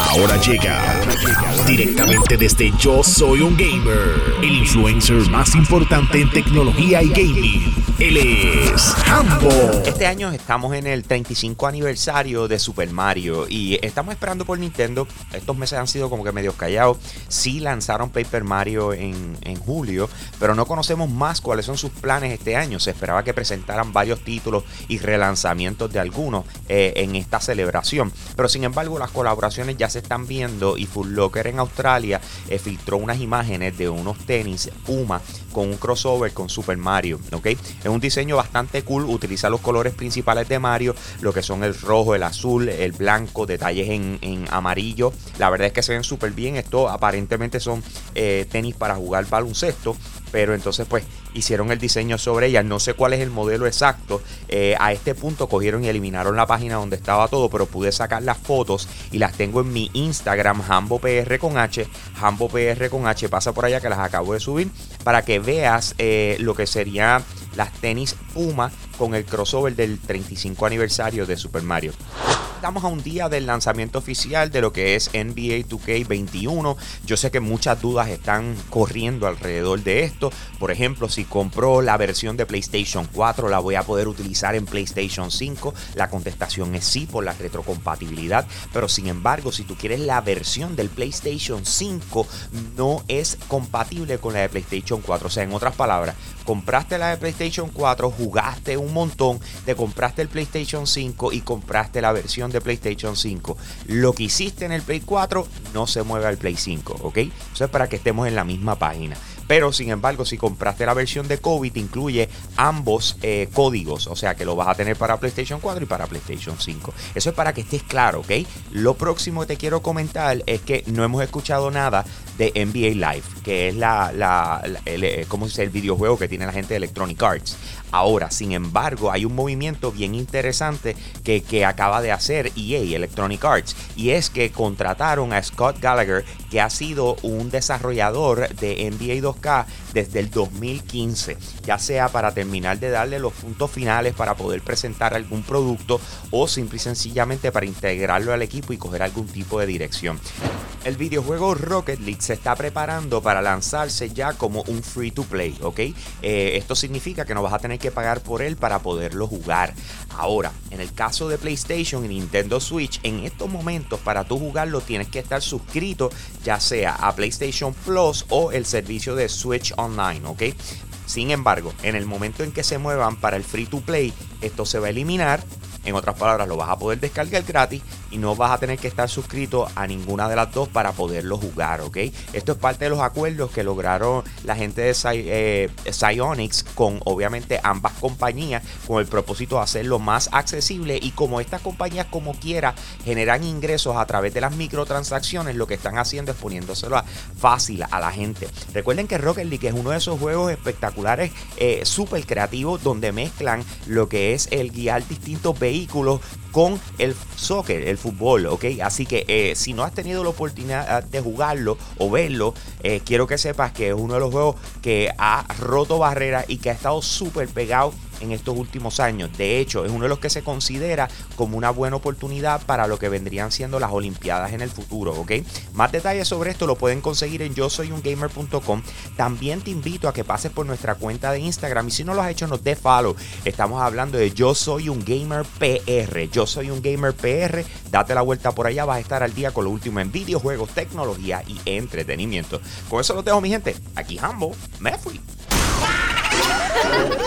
Ahora llega directamente desde Yo Soy un Gamer, el influencer más importante en tecnología y gaming. Él es Hambo. Este año estamos en el 35 aniversario de Super Mario y estamos esperando por Nintendo. Estos meses han sido como que medio callados. Sí lanzaron Paper Mario en julio, pero no conocemos más cuáles son sus planes este año. Se esperaba que presentaran varios títulos y relanzamientos de algunos en esta celebración. Pero sin embargo, las colaboraciones ya se están viendo y Foot Locker en Australia filtró unas imágenes de unos tenis Puma con un crossover con Super Mario, ¿ok? Es un diseño bastante cool, utiliza los colores principales de Mario, lo que son el rojo, el azul, el blanco, detalles en amarillo. La verdad es que se ven súper bien. Esto aparentemente son tenis para jugar baloncesto, pero entonces pues hicieron el diseño sobre ellas. No sé cuál es el modelo exacto. A este punto cogieron y eliminaron la página donde estaba todo, pero pude sacar las fotos y las tengo en mi Instagram, HamboPR con H. HamboPR con H, pasa por allá que las acabo de subir para que veas lo que serían las tenis Puma con el crossover del 35 aniversario de Super Mario. Estamos a un día del lanzamiento oficial de lo que es NBA 2K21. Yo sé que muchas dudas están corriendo alrededor de esto. Por ejemplo, si compro la versión de PlayStation 4, ¿la voy a poder utilizar en PlayStation 5? La contestación es sí, por la retrocompatibilidad. Pero sin embargo, si tú quieres la versión del PlayStation 5, no es compatible con la de PlayStation 4. O sea, en otras palabras, compraste la de PlayStation 4, jugaste un montón, te compraste el PlayStation 5 y compraste la versión de PlayStation 5. Lo que hiciste en el Play 4 no se mueve al Play 5, ¿ok? Eso es para que estemos en la misma página. Pero sin embargo, si compraste la versión de COVID, te incluye ambos códigos. O sea que lo vas a tener para PlayStation 4 y para PlayStation 5. Eso es para que estés claro, ¿ok? Lo próximo que te quiero comentar es que no hemos escuchado nada de NBA Live, que es ¿cómo se dice? El videojuego que tiene la gente de Electronic Arts. Ahora, sin embargo, hay un movimiento bien interesante que acaba de hacer EA, Electronic Arts, y es que contrataron a Scott Gallagher, que ha sido un desarrollador de NBA 2K desde el 2015, ya sea para terminar de darle los puntos finales para poder presentar algún producto o simple y sencillamente para integrarlo al equipo y coger algún tipo de dirección. El videojuego Rocket League se está preparando para lanzarse ya como un free to play, ¿ok? Esto significa que no vas a tener que pagar por él para poderlo jugar. Ahora, en el caso de PlayStation y Nintendo Switch, en estos momentos para tú jugarlo tienes que estar suscrito ya sea a PlayStation Plus o el servicio de Switch Online, ¿ok? Sin embargo, en el momento en que se muevan para el free to play, esto se va a eliminar. En otras palabras, lo vas a poder descargar gratis y no vas a tener que estar suscrito a ninguna de las dos para poderlo jugar, ¿ok? Esto es parte de los acuerdos que lograron la gente de Psyonix con obviamente ambas compañías con el propósito de hacerlo más accesible, y como estas compañías como quiera generan ingresos a través de las microtransacciones, lo que están haciendo es poniéndoselo fácil a la gente. Recuerden que Rocket League es uno de esos juegos espectaculares, súper creativos, donde mezclan lo que es el guiar distintos vehículos con el soccer, el fútbol, ¿ok? Así que si no has tenido la oportunidad de jugarlo o verlo, quiero que sepas que es uno de los juegos que ha roto barreras y que ha estado súper pegado en estos últimos años. De hecho, es uno de los que se considera como una buena oportunidad para lo que vendrían siendo las Olimpiadas en el futuro, ¿ok? Más detalles sobre esto lo pueden conseguir en yosoyungamer.com. También te invito a que pases por nuestra cuenta de Instagram y si no lo has hecho, nos dé follow. Estamos hablando de Yo Soy un Gamer PR. Yo Soy un Gamer PR. Date la vuelta por allá, vas a estar al día con lo último en videojuegos, tecnología y entretenimiento. Con eso lo dejo, mi gente. Aquí Hambo, me fui.